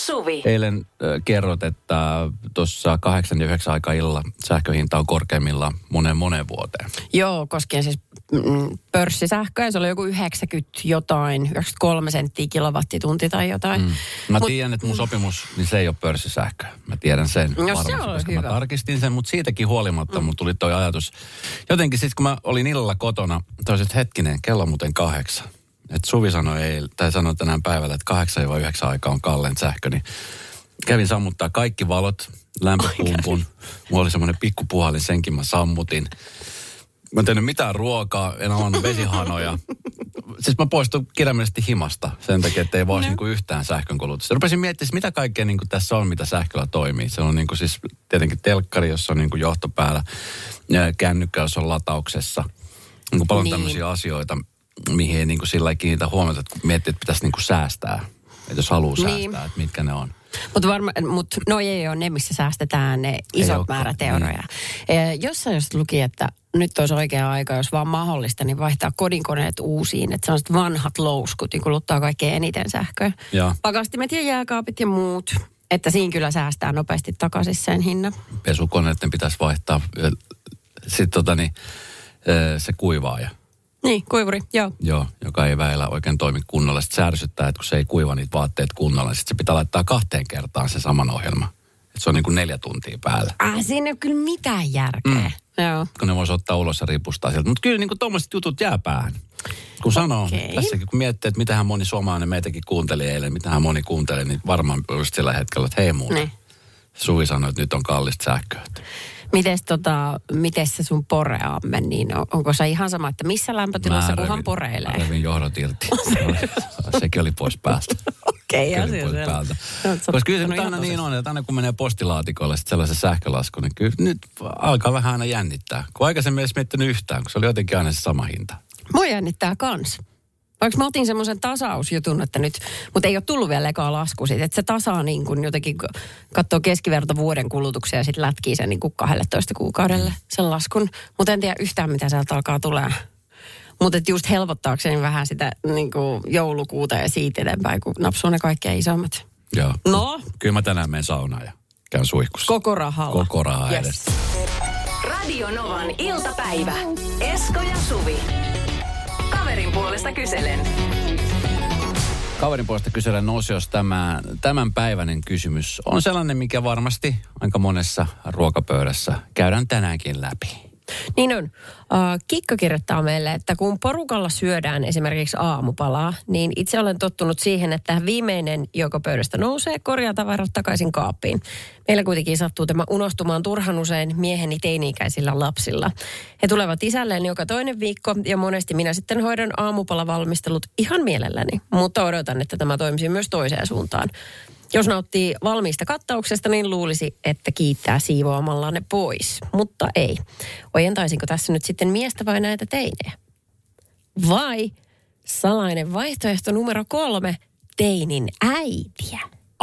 Suvi. Eilen kerrot, että tuossa 8 ja 9 aikaa illalla sähköhinta on korkeimmillaan moneen vuoteen. Joo, koskien siis pörssisähköä. Se oli joku 93 senttiä kilowattitunti tai jotain. Mä tiedän, että mun sopimus, niin se ei ole pörssisähköä. Mä tiedän sen varmasti, koska hyvä. Mä tarkistin sen, mutta siitäkin huolimatta mun tuli toi ajatus. Jotenkin sitten kun mä olin illalla kotona, toiset hetkinen, kello on muuten 8. Että Suvi sanoi tänään päivällä, että 8-9 aikaa on kallein sähkö, niin kävin sammuttaa kaikki valot, lämpöpumpun. Mulla oli semmoinen pikkupuhalin, senkin mä sammutin. Mä en tehnyt mitään ruokaa, en avannut vesihanoja. Siis mä poistun kirjaimellisesti himasta sen takia, että ei vaan niinku yhtään sähkönkulutusta. Rupesin miettimään, mitä kaikkea niinku tässä on, mitä sähköllä toimii. Se on niinku siis tietenkin telkkari, jossa on niinku johto päällä, ja kännykkä, jossa on latauksessa. Niinku paljon tämmöisiä asioita, mihin ei niinku sillä kiinnitä huomiota, että miettii, että pitäisi niinku säästää. Että jos haluaa säästää, että mitkä ne on. Mutta no ei ole ne, missä säästetään ne isot määrät euroja. Jossain just luki, että nyt olisi oikea aika, jos vaan mahdollista, niin vaihtaa kodinkoneet uusiin. Että sellaiset vanhat louskut, niin kuluttaa kaikkein eniten sähköä. Ja pakastimet ja jääkaapit ja muut. Että siinä kyllä säästää nopeasti takaisin sen hinnan. Pesukoneiden pitäisi vaihtaa. Sitten se kuivaaja. Niin, kuivuri, joo. Joo, joka ei väillä oikein toimi kunnolla. Sitten se ärsyttää, että kun se ei kuiva niitä vaatteet kunnolla, niin sitten se pitää laittaa 2 kertaan se saman ohjelma. Että se on niin kuin 4 tuntia päällä. Siinä ei ole kyllä mitään järkeä. Joo. Kun ne voisi ottaa ulos ja ripustaa sieltä. Mutta kyllä niin kuin tommoiset jutut jää päähän. Kun sanoo, tässäkin kun miettii, että mitähän moni suomalainen meitäkin kuunteli eilen, mitähän moni kuunteli, niin varmaan just sillä hetkellä, että hei muuta. Niin. Suvi sanoi, että nyt on kallista sähköä. Mites se sun poreamme, niin onko se ihan sama, että missä lämpötilassa kunhan poreilee? Mä revin johdot irti. Sekin oli pois päältä. Okei, asia päältä. Koska kyllä se aina niin on, että aina kun menee postilaatikolle sitten sellaisen sähkölasku, niin kyllä nyt alkaa vähän aina jännittää. Kun aikaisemmin ei edes miettinyt yhtään, kun se oli jotenkin aina se sama hinta. Mua jännittää kans. Vaikka mä otin semmoisen tasausjutun, että nyt, mutta ei ole tullut vielä ekaa lasku siitä, että se tasaa niin kuin jotenkin, katsoo keskiverto vuoden kulutuksia ja sitten lätkii sen niin kuin 12 kuukaudelle sen laskun. Mutta en tiedä yhtään, mitä sieltä alkaa tulee. Mutta just helpottaakseni vähän sitä niin kuin joulukuuta ja siitä eteenpäin, kun napsuu ne kaikkein isommat. Joo. No? Kyllä mä tänään menen saunaan ja käyn suihkussa. Koko rahalla. Koko rahaa edestä. Radio Novan iltapäivä. Esko ja Suvi. Kaverin puolesta kyselen. Kaverin puolesta kyselen osiossa tämänpäiväinen kysymys on sellainen, mikä varmasti aika monessa ruokapöydässä käydään tänäänkin läpi. Niin on. Kikka kirjoittaa meille, että kun porukalla syödään esimerkiksi aamupalaa, niin itse olen tottunut siihen, että viimeinen, joka pöydästä nousee, korjaa tavarat takaisin kaappiin. Meillä kuitenkin sattuu tämä unohtumaan turhan usein mieheni teini-ikäisillä lapsilla. He tulevat isälleen joka toinen viikko ja monesti minä sitten hoidan aamupalavalmistelut ihan mielelläni, mutta odotan, että tämä toimisi myös toiseen suuntaan. Jos nauttii valmiista kattauksesta, niin luulisi, että kiittää siivoamalla ne pois. Mutta ei. Ojentaisinko tässä nyt sitten miestä vai näitä teinejä? Vai salainen vaihtoehto numero 3, teinin äitiä?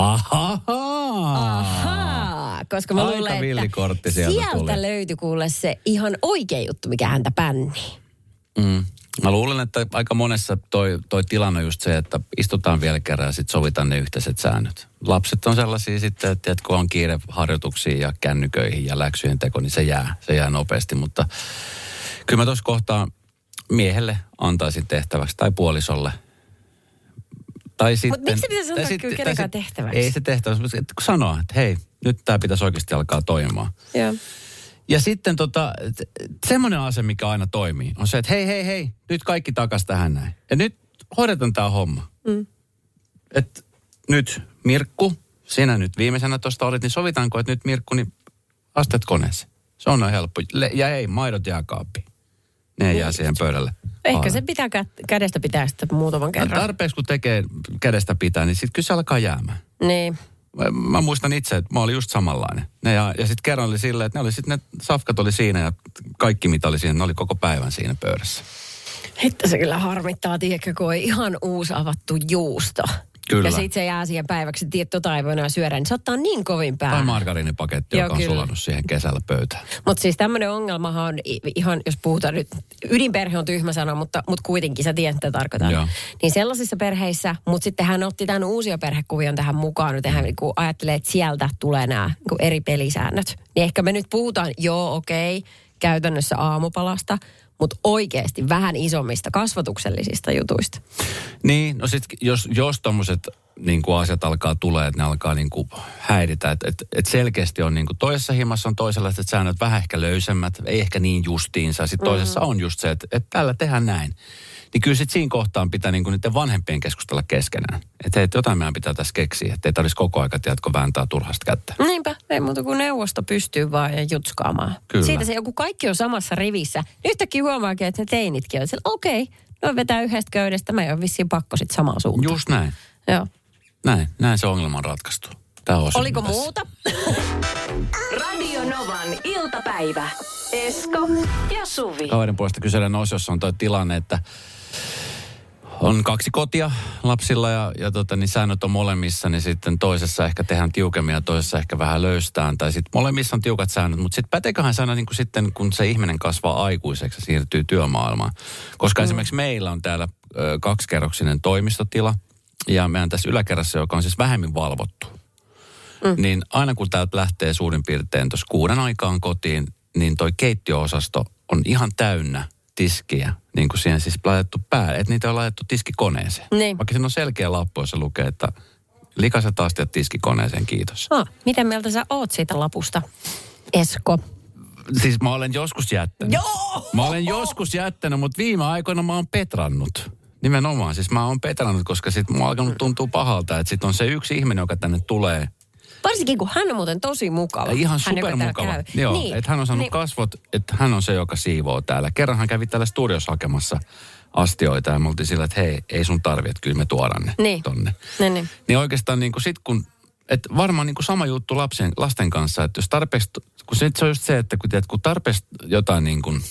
Ahaa. Koska mä luulen, että sieltä löytyi kuule se ihan oikea juttu, mikä häntä pännii. Mä luulen, että aika monessa toi tilanne on just se, että istutaan vielä kerran ja sitten sovitaan ne yhteiset säännöt. Lapset on sellaisia sitten, että kun on kiire harjoituksiin ja kännyköihin ja läksyjen teko, niin se jää nopeasti. Mutta kyllä mä tuossa kohtaa miehelle antaisin tehtäväksi tai puolisolle. Mutta miksi se pitäisi antaa kyllä kenenkään tehtäväksi? Ei se tehtäväksi, että kun sanoo, että hei, nyt tämä pitäisi oikeasti alkaa toimimaan. Joo. Ja sitten semmoinen asia, mikä aina toimii, on se, että hei, nyt kaikki takas tähän näin. Ja nyt hoidetaan tämä homma. Että nyt Mirkku, sinä nyt viimeisenä tuosta olit, niin sovitaanko, että nyt Mirkku, niin astet koneeseen. Se on noin helppo. Ja ei, maidot jääkaappiin. Ne jää siihen pöydälle. Ehkä se pitää kädestä pitää sitten muutaman kerran. Tarpeeksi kun tekee kädestä pitää, niin sitten kyllä se alkaa jäämään. Niin. Mä muistan itse, että mä olin just samanlainen. Ja sitten kerran oli silleen, että ne safkat oli siinä ja kaikki mitä oli siinä, ne oli koko päivän siinä pöydässä. Että se kyllä harmittaa, tiedätkö, kun on ihan uusi avattu juusto. Kyllä. Ja sit se jää siihen päiväksi, että tota ei voi enää syödä, niin se ottaa niin kovin päähän. Tai margariinipaketti, joka on sulanut siihen kesällä pöytään. Mutta siis tämmöinen ongelmahan on ihan, jos puhutaan nyt, ydinperhe on tyhmä sana, mutta kuitenkin sä tiedät, mitä tarkoitan. Joo. Niin sellaisissa perheissä, mutta sitten hän otti tämän uusia perhekuvion tähän mukaan, nyt hän niin ajattelee, että sieltä tulee nämä niin eri pelisäännöt. Niin ehkä me nyt puhutaan, käytännössä aamupalasta, mutta oikeasti vähän isommista kasvatuksellisista jutuista. Niin, no sitten jos tommoset niin kuin asiat alkaa tulee, että ne alkaa niin kuin häiritä, että selkeästi on niin kuin toisessa himassa on toisenlaiset säännöt, vähän ehkä löysemmät, ei ehkä niin justiinsa. Sitten toisessa on just se, että täällä tehdään näin. Niin kyllä sitten siinä kohtaan pitää niin kuin niiden vanhempien keskustella keskenään. Että hei, jotain meidän pitää tässä keksiä, että ei tarvitsisi koko aika, tiedätkö, vääntää turhasta kättä. Niinpä, ei muuta kuin neuvosto pystyy vaan ja jutskaamaan. Kyllä. Siitä se joku kaikki on samassa rivissä. Yhtäkkiä huomaakin, että ne teinitkin on siellä, okei, no vetää yhdestä köydestä, mä ei ole vissiin pakko sitten samaan suuntaan. Just näin. Joo. Näin se ongelma on ratkaistu. Oliko muuta? Radio Novan iltapäivä. Esko ja Suvi. Kaverin puolesta kyselen osiossa on toi tilanne, että on 2 kotia lapsilla ja niin säännöt on molemmissa, niin sitten toisessa ehkä tehdään tiukemmin ja toisessa ehkä vähän löystään. Tai sitten molemmissa on tiukat säännöt, mutta sitten päteeköhän säännöt niin kuin sitten, kun se ihminen kasvaa aikuiseksi ja siirtyy työmaailmaan. Koska esimerkiksi meillä on täällä 2-kerroksinen toimistotila ja meidän tässä yläkerrassa, joka on siis vähemmän valvottu. Niin aina kun täältä lähtee suurin piirtein tuossa 6 aikaan kotiin, niin toi keittiöosasto on ihan täynnä tiskiä, niin kuin siihen siis laitettu päälle, että niitä on laitettu tiskikoneeseen. Niin. Vaikka siinä on selkeä lappu, jossa lukee, että likaset astiat tiskikoneeseen, kiitos. Miten mieltä sä oot siitä lapusta, Esko? Siis mä olen joskus jättänyt. Joo! Mä olen joskus jättänyt, mutta viime aikoina mä oon petrannut. Nimenomaan, siis mä oon petrannut, koska sit mua on alkanut tuntua pahalta, että sit on se yksi ihminen, joka tänne tulee. Varsinkin, kun hän on muuten tosi mukava. Ihan supermukava. Joo, niin. Että hän on saanut kasvot, että hän on se, joka siivoo täällä. Kerran hän kävi täällä studiossa hakemassa astioita ja me oltiin sillä, että hei, ei sun tarvi, että kyllä me tuodaan ne tonne. Niin oikeastaan niin kuin sit kun, että varmaan niin kuin sama juttu lasten kanssa, että jos tarpeeksi, kun se on just se, että kun tarpeeksi jotain niin kuin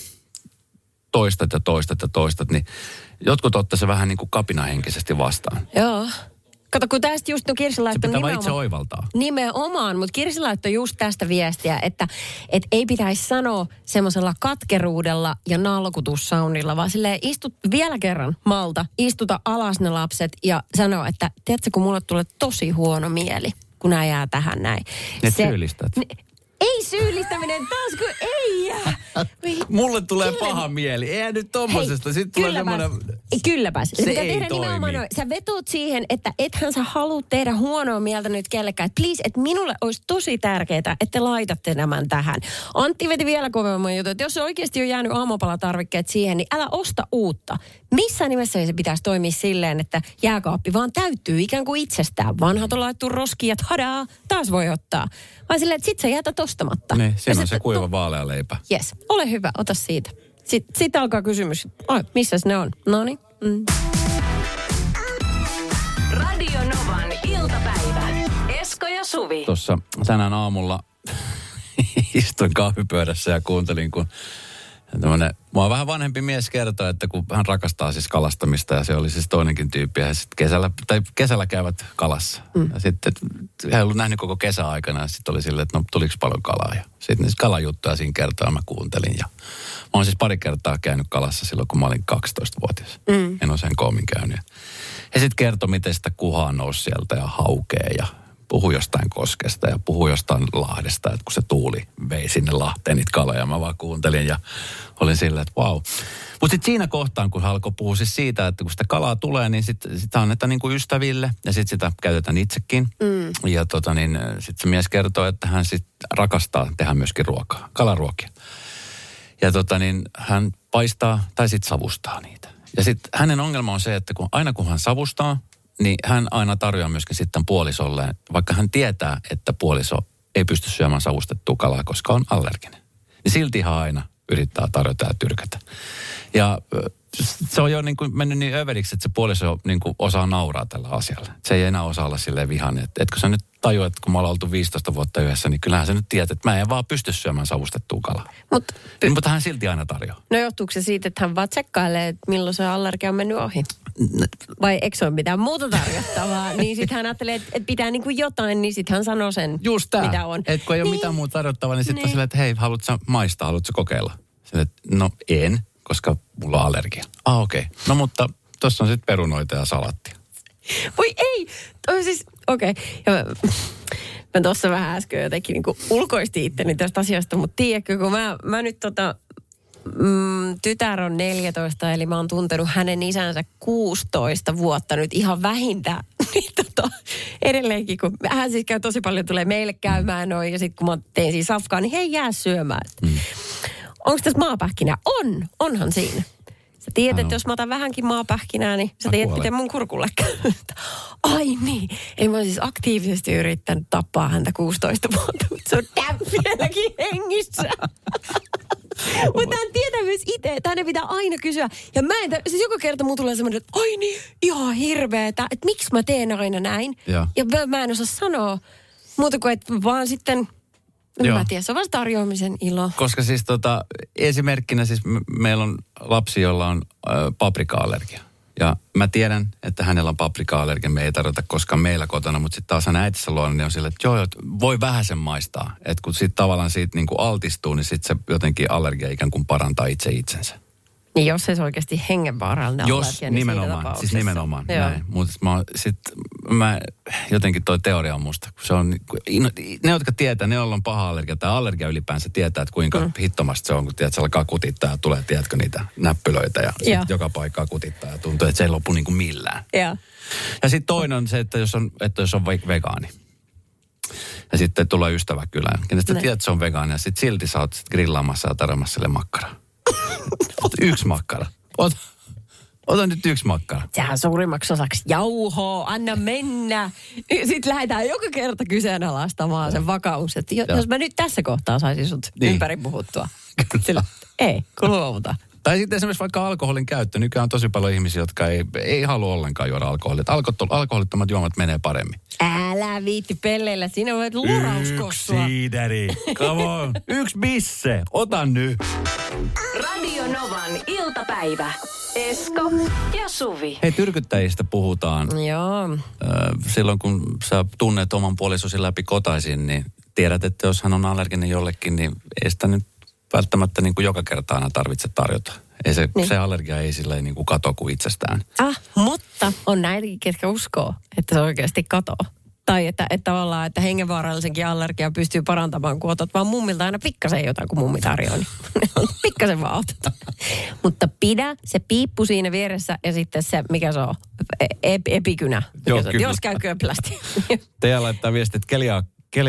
toistat, niin jotkut ottaa se vähän niin kuin kapinahenkisesti vastaan. Joo. Kato, kun tästä just Kirsi laittoi nimenomaan. Se pitää itse oivaltaa. Nimenomaan, mutta Kirsi laittoi just tästä viestiä, että ei pitäisi sanoa semmoisella katkeruudella ja nalkutussaunilla, vaan silleen istut vielä kerran malta, istuta alas ne lapset ja sano, että tiedätkö, kun mulle tulee tosi huono mieli, kun nämä jää tähän näin. Ne syyllistät. Ei syyllistäminen taas, kun ei jää. Mulle tulee paha mieli. Eihän nyt tommosesta. Sitten tulee semmoinen... Kylläpäs. Se ei toimi. Sä vetoot siihen, että ethän sä halua tehdä huonoa mieltä nyt kellekään. Että please, että minulle olisi tosi tärkeää, että te laitatte nämän tähän. Antti veti vielä kovemman jutun, että jos oikeasti on jäänyt aamupalatarvikkeet siihen, niin älä osta uutta. Missään nimessä ei se pitäisi toimia silleen, että jääkaappi vaan täyttyy ikään kuin itsestään. Vanhat on laittu roskiin ja tadaa, taas voi ottaa. Vaan silleen, että sit sä jätät ostamatta. Niin, siinä on se kuiva vaalea leipä. Jes, ole hyvä, ota siitä. Sitten alkaa kysymys, missäs ne on? Noniin. Radio Novan iltapäivä. Esko ja Suvi. Tuossa tänään aamulla istuin kahvipöydässä ja kuuntelin, kun mua vähän vanhempi mies kertoi, että kun hän rakastaa siis kalastamista ja se oli siis toinenkin tyyppi ja sitten kesällä käyvät kalassa. Ja sitten hän ei ollut nähnyt koko kesäaikana ja sitten oli silleen, että no tuliko paljon kalaa ja sitten kalajuttuja siinä kertaa mä kuuntelin ja mä oon siis pari kertaa käynyt kalassa silloin, kun mä olin 12-vuotias. En ole sen koomin käynyt. Ja sitten kertoi, miten sitä kuhaa nousi sieltä ja haukee ja puhui jostain koskesta ja puhui jostain Lahdesta, että kun se tuuli vei sinne Lahteen niitä kaloja. Mä vaan kuuntelin ja olin silleen, että vau. Mutta sitten siinä kohtaan, kun hän alkoi puhua siis siitä, että kun sitä kalaa tulee, niin sitä annetaan niin kuin ystäville ja sitten sitä käytetään itsekin. Ja sitten se mies kertoo, että hän sitten rakastaa tehdä myöskin ruokaa, kalaruokia. Ja hän paistaa tai sitten savustaa niitä. Ja sitten hänen ongelma on se, että aina kun hän savustaa, niin hän aina tarjoaa myöskin sitten puolisolleen, vaikka hän tietää, että puoliso ei pysty syömään savustettua kalaa, koska on allerginen. Niin silti hän aina yrittää tarjota ja tyrkätä. Ja se on jo niin kuin mennyt niin överiksi, että se puoliso niin kuin osaa nauraa tällä asialla. Se ei enää osaa olla silleen vihainen. Etkö sä nyt tajua, että kun me ollaan oltu 15 vuotta yhdessä, niin kyllähän sä nyt tiedät, että mä en vaan pysty syömään savustettua kalaa. Mutta hän silti aina tarjoaa. No johtuuko se siitä, että hän vaan tsekkailee, että milloin se allergia on mennyt ohi? vai eikö se ole mitään muuta tarjottavaa, niin sitten hän ajattelee, että pitää niinku jotain, niin sitten hän sanoo sen, just tää. mitä on. Että kun ei ole mitään muuta tarjottavaa, niin sitten on silleen, että hei, haluatko maistaa, haluatko kokeilla? Silleen, että no en, koska mulla on allergia. Okei. No mutta tossa on sitten perunoita ja salattia. Voi ei, toi siis, okei. Mä tuossa vähän äsken jotenkin niinku ulkoistin itteni tästä asiasta, mutta tiedätkö, kun mä nyt tytär on 14, eli mä oon tuntenut hänen isänsä 16 vuotta nyt ihan vähintään. Niin edelleenkin, kun hän siis käy tosi paljon, tulee meille käymään noin, ja sitten kun mä tein siinä safkaa, niin hei jää syömään. Onko tässä maapähkinää? Onhan siinä. Sä tiedät, että jos mä otan vähänkin maapähkinää, niin sä tiedät, miten mun kurkulle käy. Ai niin. Eli mä oon siis aktiivisesti yrittänyt tappaa häntä 16 vuotta, mutta se on vieläkin hengissä. Mutta hän tietää myös itse, että hänen pitää aina kysyä. Ja mä en, siis joka kerta mun tulee semmoinen, että ai niin, ihan hirveetä, että miksi mä teen aina näin. Ja mä en osaa sanoa muuta kuin, että vaan sitten... Mä tiedän, se on vasta tarjoamisen ilo. Koska siis esimerkkinä siis meillä on lapsi, jolla on paprika-allergia. Ja mä tiedän, että hänellä on paprika-allergia. Me ei tarvita koskaan meillä kotona, mutta sitten taas hän äitissä luona, niin on silleen, että joo, voi vähäsen maistaa. Että kun sitten tavallaan siitä niin kuin altistuu, niin sitten se jotenkin allergia ikään kuin parantaa itsensä. Niin jos se oikeasti hengenvaarallinen allergia, niin nimenomaan, siis nimenomaan näin. Mutta mä jotenkin toi teoria on musta. Se on, ne, jotka tietää, ne joilla on paha allergia tai allergia ylipäänsä tietää, että kuinka hittomasti se on, kun tiedät, se alkaa kutittaa ja tulee, tiedätkö, niitä näppylöitä ja sitten joka paikkaa kutittaa ja tuntuu, että se ei lopu niin kuin millään. Ja sitten toinen on se, että jos on vegaani. Ja sitten tulee ystävä kylään. Kenestä tiedät, että se on vegaani ja sitten silti sä oot grillaamassa ja tarjoamassa sille makkaraa. Yksi makkara. Ota nyt yksi makkara. Sehän suurimmaksi osaksi jauhoa, anna mennä. Sitten lähdetään joka kerta kyseenalaistamaan sen vakaus. Että jos mä nyt tässä kohtaa saisin sut ympäri puhuttua. Sillä, ei, kun luovuta. Tai sitten esimerkiksi vaikka alkoholin käyttö. Nykyään on tosi paljon ihmisiä, jotka ei halua ollenkaan juoda alkoholia. Alkoholittomat juomat menee paremmin. Älä viitti pelleillä, siinä voit lurauskostua. Yksi siideri, come on. Yksi bisse, ota nyt. Radio Novan iltapäivä. Esko ja Suvi. Hei, tyrkyttäjistä puhutaan. Joo. Silloin kun sä tunnet oman puolisosi läpi kotaisin, niin tiedät, että jos hän on allerginen jollekin, niin ei sitä nyt välttämättä niin kuin joka kerta aina tarvitse tarjota. Ei se allergia ei silleen niin kuin kato kuin itsestään. Mutta on näitäkin, ketkä uskoo, että se oikeasti katoo. Tai että tavallaan, että hengenvaarallisenkin allergia pystyy parantamaan, kun otat vaan mummilta aina pikkasen jotain, kun mummi tarjoaa. Niin pikkasen vaan otat. Mutta pidä se piippu siinä vieressä ja sitten se, mikä se on, epikynä. Jos käy köplästi. Teija laittaa viestiä, että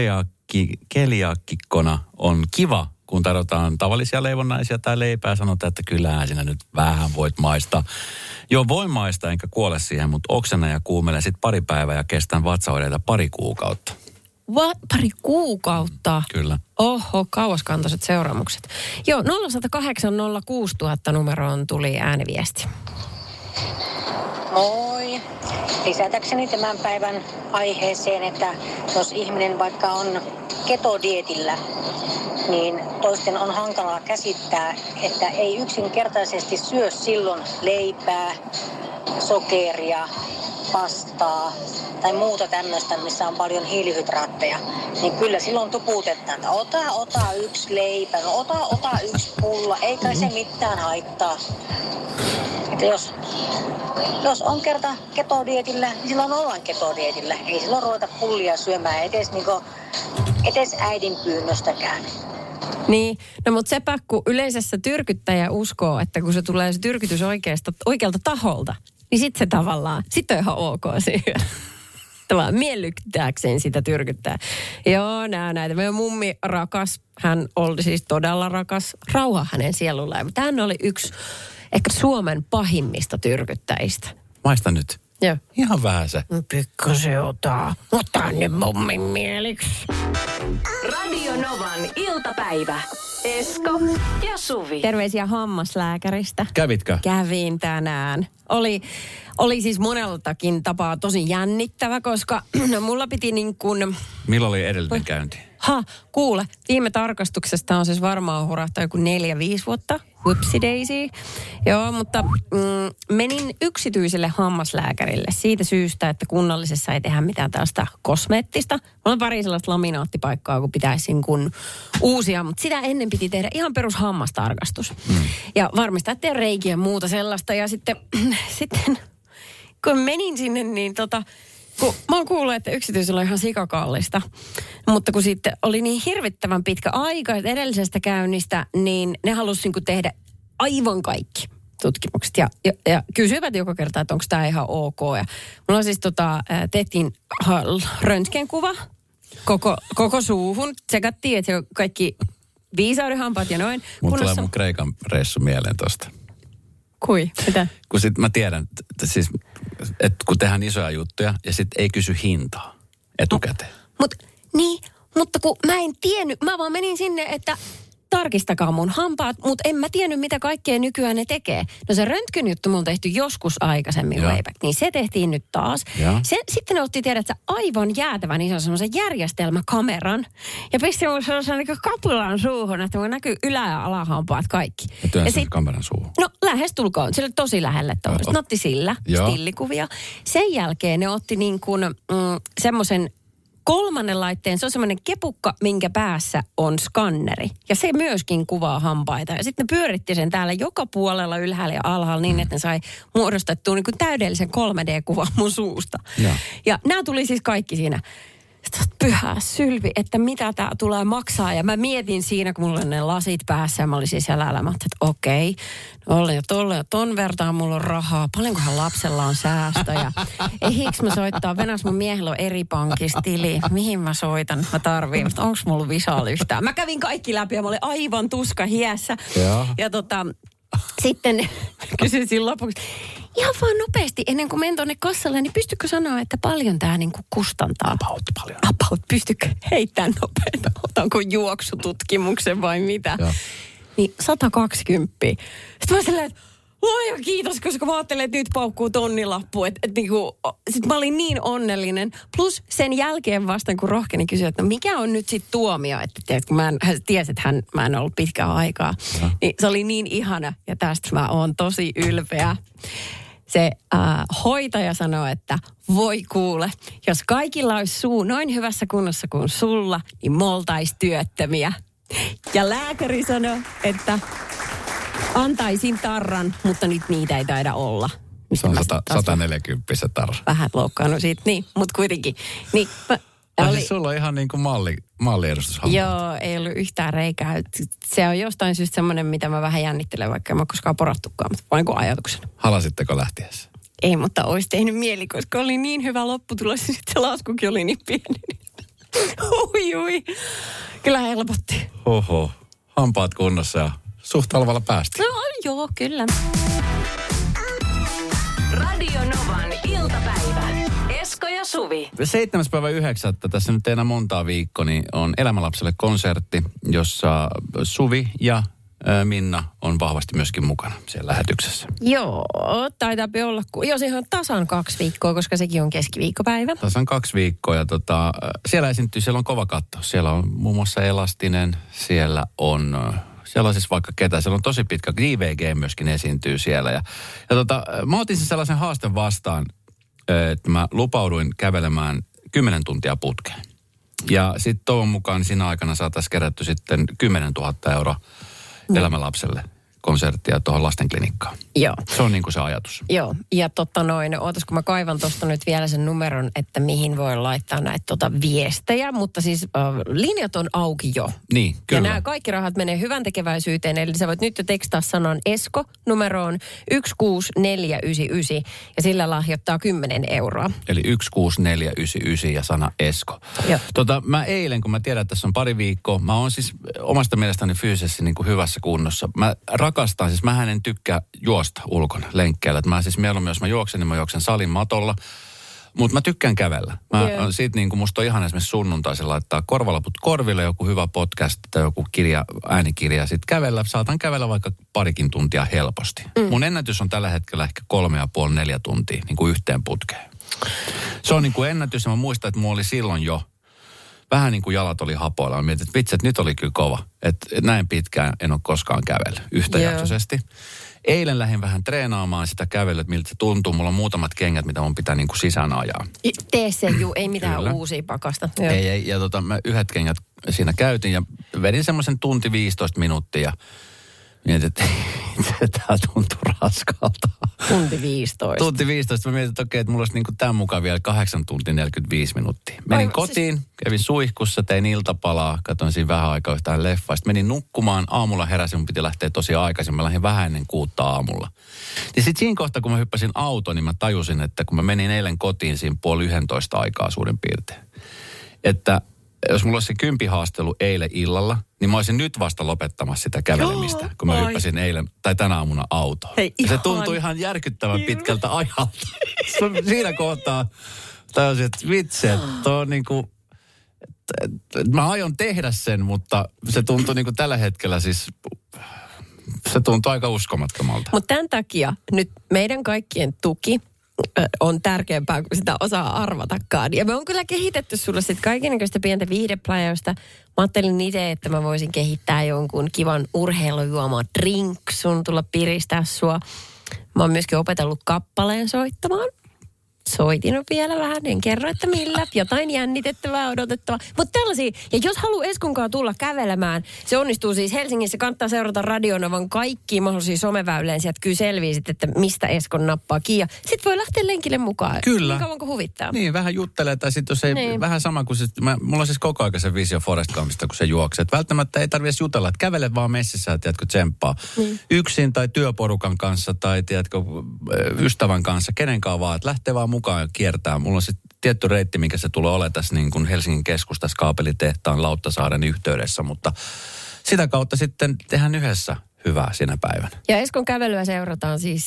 keliaakikkona on kiva, kun tarjotaan tavallisia leivonnaisia tai leipää, sanotaan, että kyllähän sinä nyt vähän voit maistaa. Joo, voin maistaa enkä kuole siihen, mutta oksena ja kuumele sitten pari päivää ja kestän vatsaoireita 2 kuukautta. Pari kuukautta? Kyllä. Oho, kauaskantoiset seuraamukset. Joo, 0108 06000 numeroon tuli ääniviesti. Moi. Lisätäkseni tämän päivän aiheeseen, että jos ihminen vaikka on ketodietillä, niin toisten on hankalaa käsittää, että ei yksinkertaisesti syö silloin leipää, sokeria, pastaa tai muuta tämmöistä, missä on paljon hiilihydraatteja. Niin kyllä silloin tuputetaan, että ota yksi leipä, no ota yksi pulla, ei kai se mitään haittaa. Että jos on kerta ketodietillä, niin silloin ollaan ketodietillä. Ei silloin ruveta pullia syömään edes äidin pyynnöstäkään. Niin, no mutta sepä kun yleisessä tyrkyttäjä uskoo, että kun se tulee se tyrkytys oikealta taholta, niin sitten se tavallaan, sitten on ihan ok syödä. Tavallaan miellyttääkseen sitä tyrkyttää. Joo, näitä. Meidän mummi rakas, hän oli siis todella rakas, rauha hänen sielullaan. Mutta hän oli yksi ehkä Suomen pahimmista tyrkyttäjistä. Maista nyt. Joo. Ihan vähän se. Pikkasen ota nyt mummin mieliksi. Radio Novan iltapäivä. Esko ja Suvi. Terveisiä hammaslääkäristä. Kävitkö? Kävin tänään. Oli siis moneltakin tapaa tosi jännittävä, koska mulla piti niin kuin... Milloin oli edellinen käynti? Kuule, viime tarkastuksesta on siis varmaan hurahtaa joku 4-5 vuotta. Whoopsie daisy. Joo, mutta menin yksityiselle hammaslääkärille siitä syystä, että kunnallisessa ei tehdä mitään tällaista kosmeettista. Mulla on pari sellaista laminaattipaikkaa, kun pitäisi kun uusia, mutta sitä ennen piti tehdä ihan perus hammastarkastus. Ja varmistaa, että ei ole reikiä ja muuta sellaista. Ja sitten kun menin sinne, niin kun mä oon kuullut, että yksityisellä on ihan sikakallista, mutta kun sitten oli niin hirvittävän pitkä aika edellisestä käynnistä, niin ne halusi tehdä aivan kaikki tutkimukset. Ja kysyivät joka kerta, että onko tämä ihan ok. Ja mulla on siis tehtiin röntgenkuva koko suuhun. Tsekattiin, että kaikki viisaudenhampaat ja noin. Mun tulee mun Kreikan reissu mieleen tosta. Kui? Mitä? Kun sit mä tiedän, että kun tehdään isoja juttuja ja sit ei kysy hintaa etukäteen. Mutta kun mä en tiennyt, mä vaan menin sinne, että tarkistakaa mun hampaat, mutta en mä tiennyt, mitä kaikkea nykyään ne tekee. No se röntgenjuttu mulla on tehty joskus aikaisemmin way back, niin se tehtiin nyt taas. Sitten ne otti tiedätkö aivan jäätävän ison semmoisen järjestelmäkameran ja pisti mun sellaisen niin kapulan suuhun, että mun näkyy ylä- ja alahampaat kaikki. Ja työnsi kameran suuhun? No lähestulkoon, sillä tosi lähelle toista. Ne otti sillä stillikuvia. Sen jälkeen ne otti niin kuin semmoisen kolmannen laitteen, se on semmoinen kepukka, minkä päässä on skanneri. Ja se myöskin kuvaa hampaita. Ja sitten ne pyöritti sen täällä joka puolella ylhäällä ja alhaalla niin, että ne sai muodostettua niin kuin täydellisen 3D-kuvan mun suusta. Ja nämä tuli siis kaikki siinä. Sitten pyhä sylvi, että mitä tää tulee maksaa. Ja mä mietin siinä, kun mulla on ne lasit päässä ja mä olin siis elämä, että okei, ollen ja tolle ja ton vertaan mulla on rahaa. Paljonkohan lapsella on säästöjä. Ehiks mä soittaa? Venäs mun miehellä on eri pankista tili. Mihin mä soitan? Mä tarviin. Onks mulla Visal yhtään? Mä kävin kaikki läpi ja mä olin aivan tuska hiessä. Ja sitten kysyin lopuksi, ihan vaan nopeasti, ennen kuin menen tuonne kassalle, niin pystykö sanoa, että paljon tämä niin kuin kustantaa? About, pystykö heittämään nopeasti? Otanko juoksututkimuksen vai mitä? Niin 120. Sitten mä silleen, että luoja kiitos, koska mä ajattelin, että nyt paukkuu tonnilappu. Sitten mä olin niin onnellinen. Plus sen jälkeen vastaan, kun rohkeni kysyä, että no mikä on nyt sitten tuomio? Että tiedät, kun hän tiesi, että mä en ollut pitkään aikaa. Niin se oli niin ihana ja tästä mä oon tosi ylpeä. Se hoitaja sanoi, että voi kuule, jos kaikilla olisi suu noin hyvässä kunnossa kuin sulla, niin me oltais työttömiä. Ja lääkäri sanoi, että antaisin tarran, mutta nyt niitä ei taida olla. Se on 140 se tarra. Vähän loukkaannut siitä, niin, mutta kuitenkin. Niin, siis sulla on ihan niin kuin malliedustushampaat. Joo, ei ollut yhtään reikää. Se on jostain syystä semmoinen, mitä mä vähän jännittelen, vaikka en mä koskaan porattukaan, mutta vain kuin ajatuksena. Halasitteko lähtiessä? Ei, mutta olisi tehnyt mieli, koska oli niin hyvä lopputulos ja sitten se laskukin oli niin pieni. Ui. Kyllä helpotti. Oho, hampaat kunnossa ja suht halvalla päästä. No joo, kyllä. Radio Novan iltapäivä. Esko ja Suvi. 7.9. tässä nyt ei enää montaa viikkoa, niin on Elämälapselle konsertti, jossa Suvi ja Minna on vahvasti myöskin mukana siellä lähetyksessä. Joo, taitaa olla. Joo, se on tasan 2 viikkoa, koska sekin on keskiviikkopäivä. Tasan 2 viikkoa ja siellä esiintyy, siellä on kova katto. Siellä on muun muassa Elastinen, siellä on siis vaikka ketä. Siellä on tosi pitkä, DVG myöskin esiintyy siellä. Ja mä otin sen sellaisen haasten vastaan, että mä lupauduin kävelemään 10 tuntia putkeen. Ja sitten toivon mukaan siinä aikana saataisiin kerätty sitten 10 000 euroa Elämälapselle konserttia tuohon lastenklinikkaan. Joo. Se on niin kuin se ajatus. Joo, ja ootas kun mä kaivan tuosta nyt vielä sen numeron, että mihin voi laittaa näitä viestejä, mutta siis linjat on auki jo. Niin, kyllä. Ja nämä kaikki rahat menee hyvän tekeväisyyteen, eli sä voit nyt jo tekstaa sanan Esko numeroon 16499 ja sillä lahjoittaa 10 euroa. Eli 16499 ja sana Esko. Joo. Mä eilen, kun mä tiedän, että tässä on pari viikkoa, mä oon siis omasta mielestäni fyysisesti niin kuin hyvässä kunnossa. Mä rakastan, siis mähän en tykkää juosta ulkona lenkkeellä. Mä siis mieluummin, jos mä juoksen, niin mä juoksen salin matolla. Mutta mä tykkään kävellä. Siitä niin kuin musta on ihan esimerkiksi sunnuntaisin laittaa korvalaput korville, joku hyvä podcast tai joku äänikirja. Sitten saatan kävellä vaikka parikin tuntia helposti. Mun ennätys on tällä hetkellä ehkä 3,5-4 tuntia niin kuin yhteen putkeen. Se on niin kuin ennätys ja mä muistan, että mulla oli silloin jo vähän niin kuin jalat oli hapoilla. Mä mietin, että vitsi, että nyt oli kyllä kova. Että näin pitkään en ole koskaan kävellyt yhtäjaksoisesti. Eilen lähdin vähän treenaamaan sitä kävelyä, että miltä se tuntuu. Mulla on muutamat kengät, mitä mun pitää niin kuin sisään ajaa. Tee se, ei mitään uusia pakasta. Ei. Ja mä yhdet kengät siinä käytin ja vedin semmoisen tunti 15 minuuttia. Mietin, että tämä tuntuu raskalta. Tunti 15. Tunti 15. Mä mietin, että okei, että mulla olisi niin kuin tämän mukaan vielä 8 tuntia 45 minuuttia. Menin kotiin, kävin suihkussa, tein iltapalaa, katsoin siinä vähän aikaa yhtään leffaa. Sitten menin nukkumaan, aamulla heräsin, mun piti lähteä tosi aikaisin. Mä lähdin vähän ennen 6 aamulla. Ja sitten siinä kohtaa, kun mä hyppäsin autoon, niin mä tajusin, että kun mä menin eilen kotiin siinä 10:30 aikaa suurin piirtein, että jos mulla olisi se 10 haastelu eilen illalla, niin mä olisin nyt vasta lopettamassa sitä kävelemistä, kun mä hyppäsin eilen tai tänä aamuna autoon. Se tuntui ihan järkyttävän pitkältä ajalta. Siinä kohtaa tajusin, että vitsi, että on niinku, mä aion tehdä sen, mutta se tuntui niinku tällä hetkellä siis, se tuntui aika uskomattomalta. Mutta tämän takia nyt meidän kaikkien tuki on tärkeämpää, kuin sitä osaa arvatakaan. Ja me on kyllä kehitetty sulle sitten kaikennäköistä pientä viihdeplajausta. Mä ajattelin itse, että mä voisin kehittää jonkun kivan urheilujuomaa drinksun, tulla piristää sua. Mä oon myöskin opetellut kappaleen soittamaan. Soitin vielä vähän, en kerro, että millä. Jotain jännitettävää, odotettavaa. Mutta tällaisia, ja jos haluaa Eskonkaan tulla kävelemään, se onnistuu siis Helsingissä. Kannattaa seurata Radionovan kaikkiin mahdollisia someväyleen. Sieltä kyllä selviisit, että mistä Eskon nappaa kiinni. Sitten voi lähteä lenkille mukaan. Kyllä. Niin kauan kuin huvittaa. Niin, vähän juttelee. Tai sitten jos ei, niin. Vähän sama kuin mulla on siis koko ajan se visio Forest Gumpista, kun se juoksee. Että välttämättä ei tarvitse jutella, että kävele vaan messissä ja tiedätkö, tsemppaa. Yksin tai työporukan kanssa tai tiedätkö, ystävän kanssa, kenenkaan vaan, että lähtee vaan mukaan ja kiertää. Mulla on se tietty reitti, mikä se tulee olemaan tässä niin kuin Helsingin keskustassa Kaapelitehtaan Lauttasaaren yhteydessä, mutta sitä kautta sitten tehdään yhdessä hyvää sinä päivänä. Ja Eskon kävelyä seurataan siis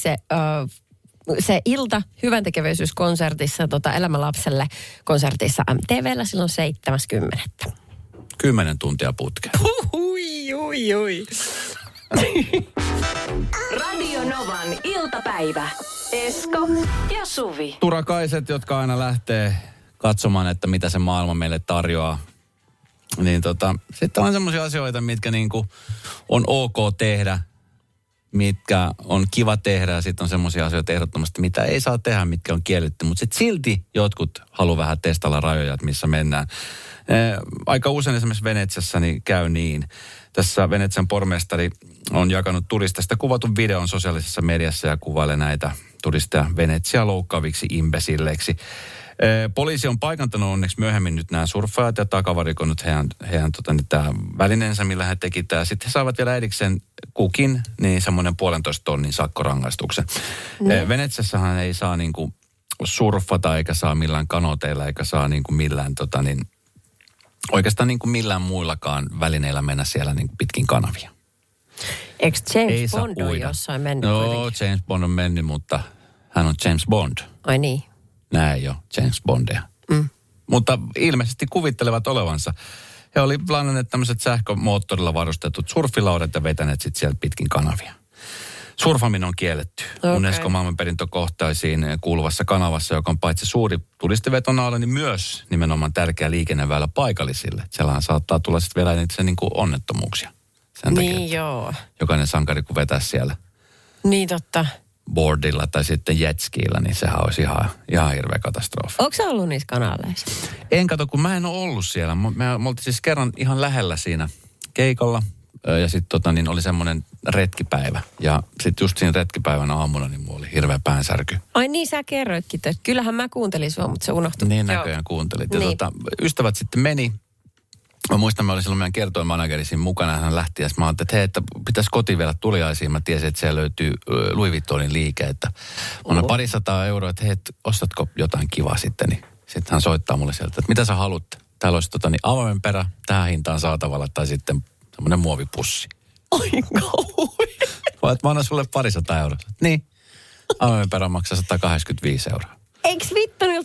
se ilta hyväntekeväisyyskonsertissa Elämä lapselle konsertissa MTV:llä silloin 7.10. 10 tuntia putkeen. Ui. Radio Novan iltapäivä. Esko ja Suvi. Turakaiset, jotka aina lähtee katsomaan, että mitä se maailma meille tarjoaa. Niin sitten on semmoisia asioita, mitkä niinku on ok tehdä, mitkä on kiva tehdä. Ja sitten on semmoisia asioita ehdottomasti, mitä ei saa tehdä, mitkä on kielletty. Mutta sitten silti jotkut haluaa vähän testalla rajoja, että missä mennään. Aika usein esimerkiksi Venetsiassa niin käy niin. Tässä Venetsian pormestari on jakanut turistista kuvatun videon sosiaalisessa mediassa ja kuvailee näitä turisteja Venetsia loukkaaviksi imbesilleiksi. Poliisi on paikantanut onneksi myöhemmin nyt nämä surffaajat ja takavarikonnut heidän tämä välineensä, millä he teki tämä. Sitten he saavat vielä erikseen kukin, niin semmoinen 1,5 tonnin sakkorangaistuksen. Venetsiassahan ei saa niinku surffata eikä saa millään kanoteilla eikä saa niinku millään oikeastaan niin kuin millään muillakaan välineillä mennä siellä niin kuin pitkin kanavia. Eikö James Bond ole jossain mennyt? No, James Bond on mennyt, mutta hän on James Bond. Ai niin. Nämä ei ole James Bondia. Mutta ilmeisesti kuvittelevat olevansa. He oli plananneet tämmöiset sähkömoottorilla varustetut surfilaudat ja vetäneet sitten sieltä pitkin kanavia. Surfaminen on kielletty UNESCO maailmanperintökohtaisiin kuuluvassa kanavassa, joka on paitsi suuri turistivetonauda, niin myös nimenomaan tärkeä liikenneväylä paikallisille. Siellähän saattaa tulla sitten vielä niitä niin kuin onnettomuuksia. Sen takia, joo. Jokainen sankari, kun vetää siellä niin totta. Boardilla tai sitten jetskiillä, niin sehän olisi ihan hirveä katastrofi. Onko sä ollut niissä kanaleissa? En kato, kun mä en ole ollut siellä. Me oltiin siis kerran ihan lähellä siinä keikalla. Ja sitten niin oli semmoinen retkipäivä. Ja sitten just siinä retkipäivän aamuna, niin mulla oli hirveä päänsärky. Ai niin, sä kerroitkin. Kyllähän mä kuuntelin sua, mutta se unohtui. Niin näköjään kuuntelit. Ja niin. Ystävät sitten meni. Mä muistan, mä olin silloin meidän kertoimanageri siinä mukana. Hän lähti ja mä ajattelin, että hei, että pitäisi kotiin vielä tuliaisiin. Mä tiesin, että siellä löytyy Louis Vuittonin liike. Että on 200 euroa, että hei, että ostatko jotain kivaa sitten. Niin sitten hän soittaa mulle sieltä, että mitä sä haluat? Täällä olisi avaimen perä tähän hintaan saatavalla tai sitten semmoinen muovipussi. Oi kauhean. Vai että mä annan sulle 200 euroa. Niin. Avaimen perä maksaa 185 euroa. Eikö Vittonilta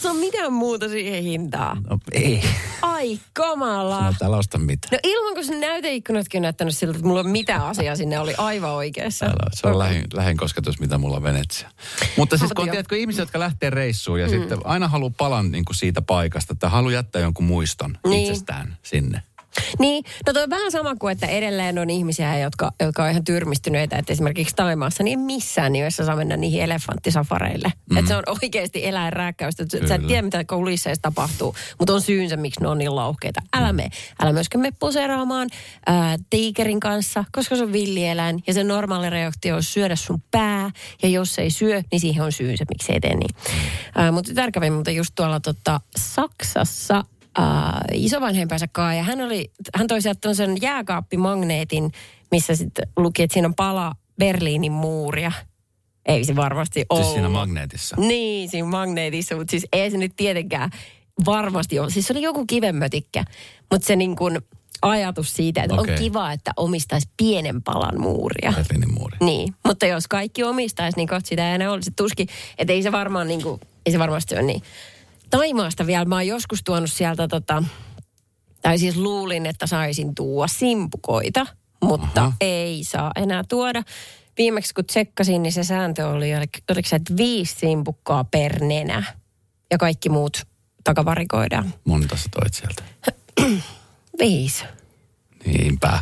saa mitään muuta siihen hintaan? No ei. Ai kamala. Sano, täällä osta mitään. No ilman, kun se näyteikkunatkin on näyttänyt siltä, että mulla on mitään asiaa sinne, oli aivan oikeassa. Se on lähin kosketus, mitä mulla on Venetsia. Mutta siis kun tiedätkö, ihmiset, jotka lähtee reissuun ja sitten aina haluaa palan niin kuin siitä paikasta, että haluaa jättää jonkun muiston itsestään sinne. Niin, no toi on vähän sama kuin, että edelleen on ihmisiä, jotka on ihan tyrmistyneitä, että esimerkiksi Thaimaassa niin missään nimessä saa mennä niihin elefanttisafareille. Että se on oikeasti eläinrääkkäystä. Sä et tiedä, mitä kulisseissa tapahtuu, mutta on syynsä, miksi ne on niin lauhkeita. Älä myöskään mene poseeraamaan tiikerin kanssa, koska se on villieläin ja se normaali reaktio on syödä sun pää. Ja jos ei syö, niin siihen on syynsä, miksi ei tee niin. Mutta tärkein, mutta just tuolla Saksassa isovanhempansa kanssa, ja hän toi sieltä tämmöisen jääkaappimagneetin, missä sitten luki, että siinä on pala Berliinin muuria. Ei se varmasti ollut. Siis siinä magneetissa? Niin, siinä magneetissa, mutta siis ei se nyt tietenkään varmasti ole. Siis se oli joku kivenmötikkä, mutta se niin kuin ajatus siitä, että on kiva, että omistaisi pienen palan muuria. Berliinin muuri. Niin, mutta jos kaikki omistaisi, niin kohta sitä ei enää olisi. Tuskin, että ei se varmaan niin kuin, ei se varmasti ole niin. Taimaasta vielä. Mä oon joskus tuonut sieltä tai siis luulin, että saisin tuoda simpukoita, mutta ei saa enää tuoda. Viimeksi kun tsekkasin, niin se sääntö oli, oliko se, että 5 simpukkaa per nenä ja kaikki muut takavarikoidaan. Monta sä toit sieltä? 5. Niinpä.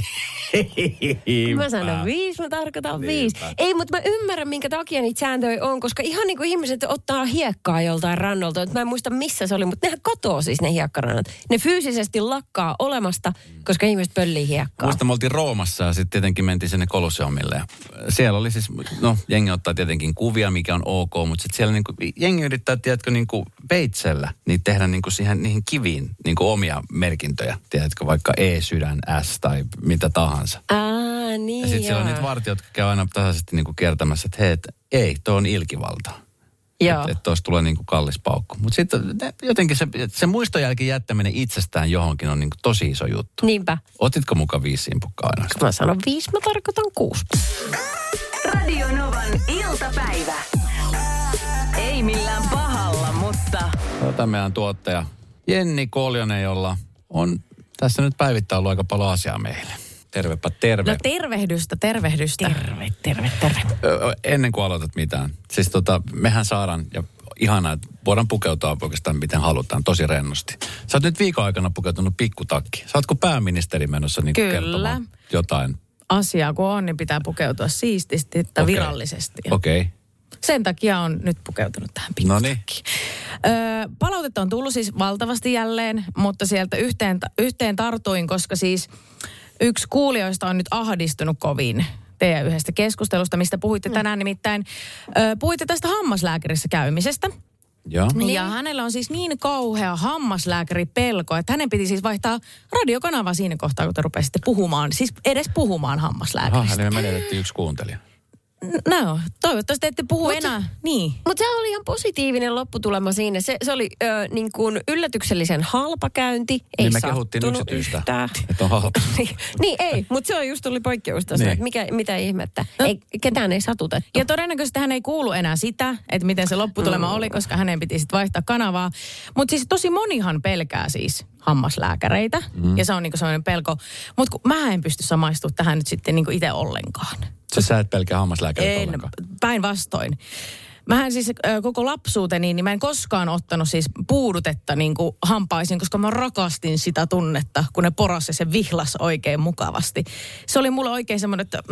Mä sanon 5, mä tarkoitan 5. Ei, mutta mä ymmärrän, minkä takia niitä sääntöjä on, koska ihan niin kuin ihmiset ottaa hiekkaa joltain rannolta. Mä en muista, missä se oli, mutta nehän katoaa siis ne hiekkarannat. Ne fyysisesti lakkaa olemasta, koska ihmiset pöllii hiekkaa. Muista me oltiin Roomassa ja sitten tietenkin mentiin sinne Kolosseumille. Siellä oli siis, jengi ottaa tietenkin kuvia, mikä on ok, mutta sitten siellä niinku, jengi yrittää, tiedätkö, niinku veitsellä, niin tehdä niinku niihin kiviin niinku omia merkintöjä. Tiedätkö, vaikka E-sydän, S tai mitä tahansa. Niin ja sitten siellä on niitä vartijoita, jotka käy aina tasaisesti niinku kiertämässä, että hei, ei, toi on ilkivalta. Että tuossa tulee niinku kallis paukku. Mutta sitten jotenkin se muistojälki jättäminen itsestään johonkin on niinku tosi iso juttu. Niinpä. Otitko mukaan 5 simpukkaa aina? Mä sanon 5, mä tarkoitan 6. Radio Novan iltapäivä. Ei millään pahalla, mutta... Tämä meidän tuottaja Jenni Koljonen, jolla on tässä nyt päivittäin ollut aika paljon asiaa meille. Tervepä terve. No tervehdystä. Terve. Ennen kuin aloitat mitään. Siis mehän saadaan, ja ihanaa, että voidaan pukeutua oikeastaan miten halutaan, tosi rennosti. Sä oot nyt viikon aikana pukeutunut pikkutakki. Saatko pääministeri menossa niin kertomaan jotain? Asiaa kun on, niin pitää pukeutua siististi, että virallisesti. Okei. Sen takia on nyt pukeutunut tähän pikkutakkiin. Palautetta on tullut siis valtavasti jälleen, mutta sieltä yhteen tartuin, koska siis yksi kuulijoista on nyt ahdistunut kovin teidän yhdestä keskustelusta, mistä puhuitte tänään. Nimittäin puhuitte tästä hammaslääkärissä käymisestä. Ja. Ja hänellä on siis niin kauhea hammaslääkäripelko, että hänen piti siis vaihtaa radiokanavaa siinä kohtaa, kun te rupesitte puhumaan, siis edes puhumaan hammaslääkäristä. Eli me menetettiin yksi kuuntelija. No, toivottavasti ette puhu enää. Niin. Mutta se oli ihan positiivinen lopputulema siinä. Se oli niin kuin yllätyksellisen halpa käynti. Ei niin me sattunut kehuttiin yksityistä, yhtään. että on halpa. niin ei, mutta se on just oli poikkeusta se, että mitä ihmettä. No, ketään ei satutettu. Ja todennäköisesti hän ei kuulu enää sitä, että miten se lopputulema oli, koska hänen piti sitten vaihtaa kanavaa. Mutta siis tosi monihan pelkää siis hammaslääkäreitä. Ja se on niinku sellainen pelko. Mutta mä en pysty samaistumaan tähän nyt sitten niinku itse ollenkaan. Sä et pelkää hammaslääkärit ollenkaan? Päinvastoin. Mähän siis koko lapsuuteni, niin mä en koskaan ottanut siis puudutetta niin kuin hampaisiin, koska mä rakastin sitä tunnetta, kun ne porasi ja se vihlas oikein mukavasti. Se oli mulle oikein semmoinen, että...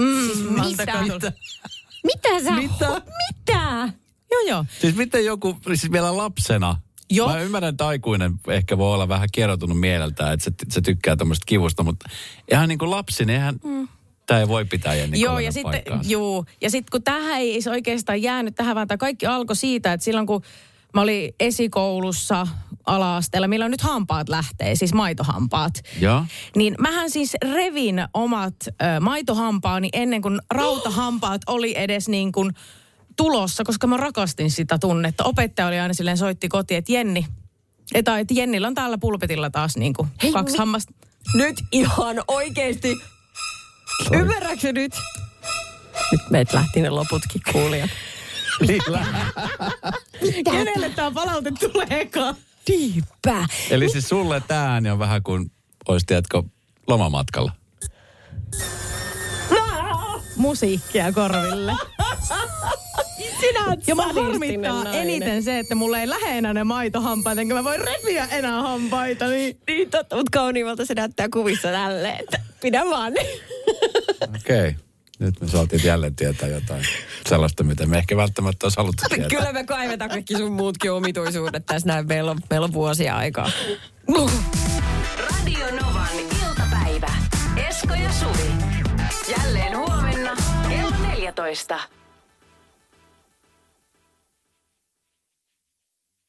Mitä? Joo. Siis miten joku, siis vielä lapsena... Joo. Mä ymmärrän, että aikuinen ehkä voi olla vähän kieroutunut mieleltään, että se tykkää tämmöistä kivusta, mutta ihan niin kuin lapsi, niin eihän... Tämä ei voi pitää Jenni Joo, ja sitten kun tähän ei oikeastaan jäänyt tähän, vaan tämä kaikki alkoi siitä, että silloin kun mä olin esikoulussa ala-asteella, milloin nyt hampaat lähtee, siis maitohampaat. Ja. Niin mähän siis revin omat maitohampaani ennen kuin rautahampaat oli edes niin kuin tulossa, koska mä rakastin sitä tunnetta. Opettaja oli aina silleen soitti kotiin, että Jennillä on täällä pulpetilla taas niin kuin 2 hammasta. Nyt ihan oikeesti. Ymmärrätkö nyt? Nyt meitä lähti ne loputkin kuulijat. Kenelle tämä palaute tuleekaan? Niinpä. Eli siis sulle tämä ääni on vähän kuin olisi, tiedätkö, lomamatkalla. Musiikkia korville. Sinä oot ja mä harmittaa eniten se, että mulla ei lähde enää ne maitohampaat, enkä mä voi repiä enää hampaita. Niin totta, mutta kauniimmalta se näyttää kuvissa tälleen, että pidä vaan. Okei. Nyt me saatiin jälleen tietää jotain sellaista, mitä me ehkä välttämättä olisi haluttu tietää. Kyllä me kaivetaan kaikki sun muutkin omituisuudet tässä näin. Meillä on vuosia aikaa. Radio Novan iltapäivä. Esko ja Suvi. Jälleen huomenna kello 14.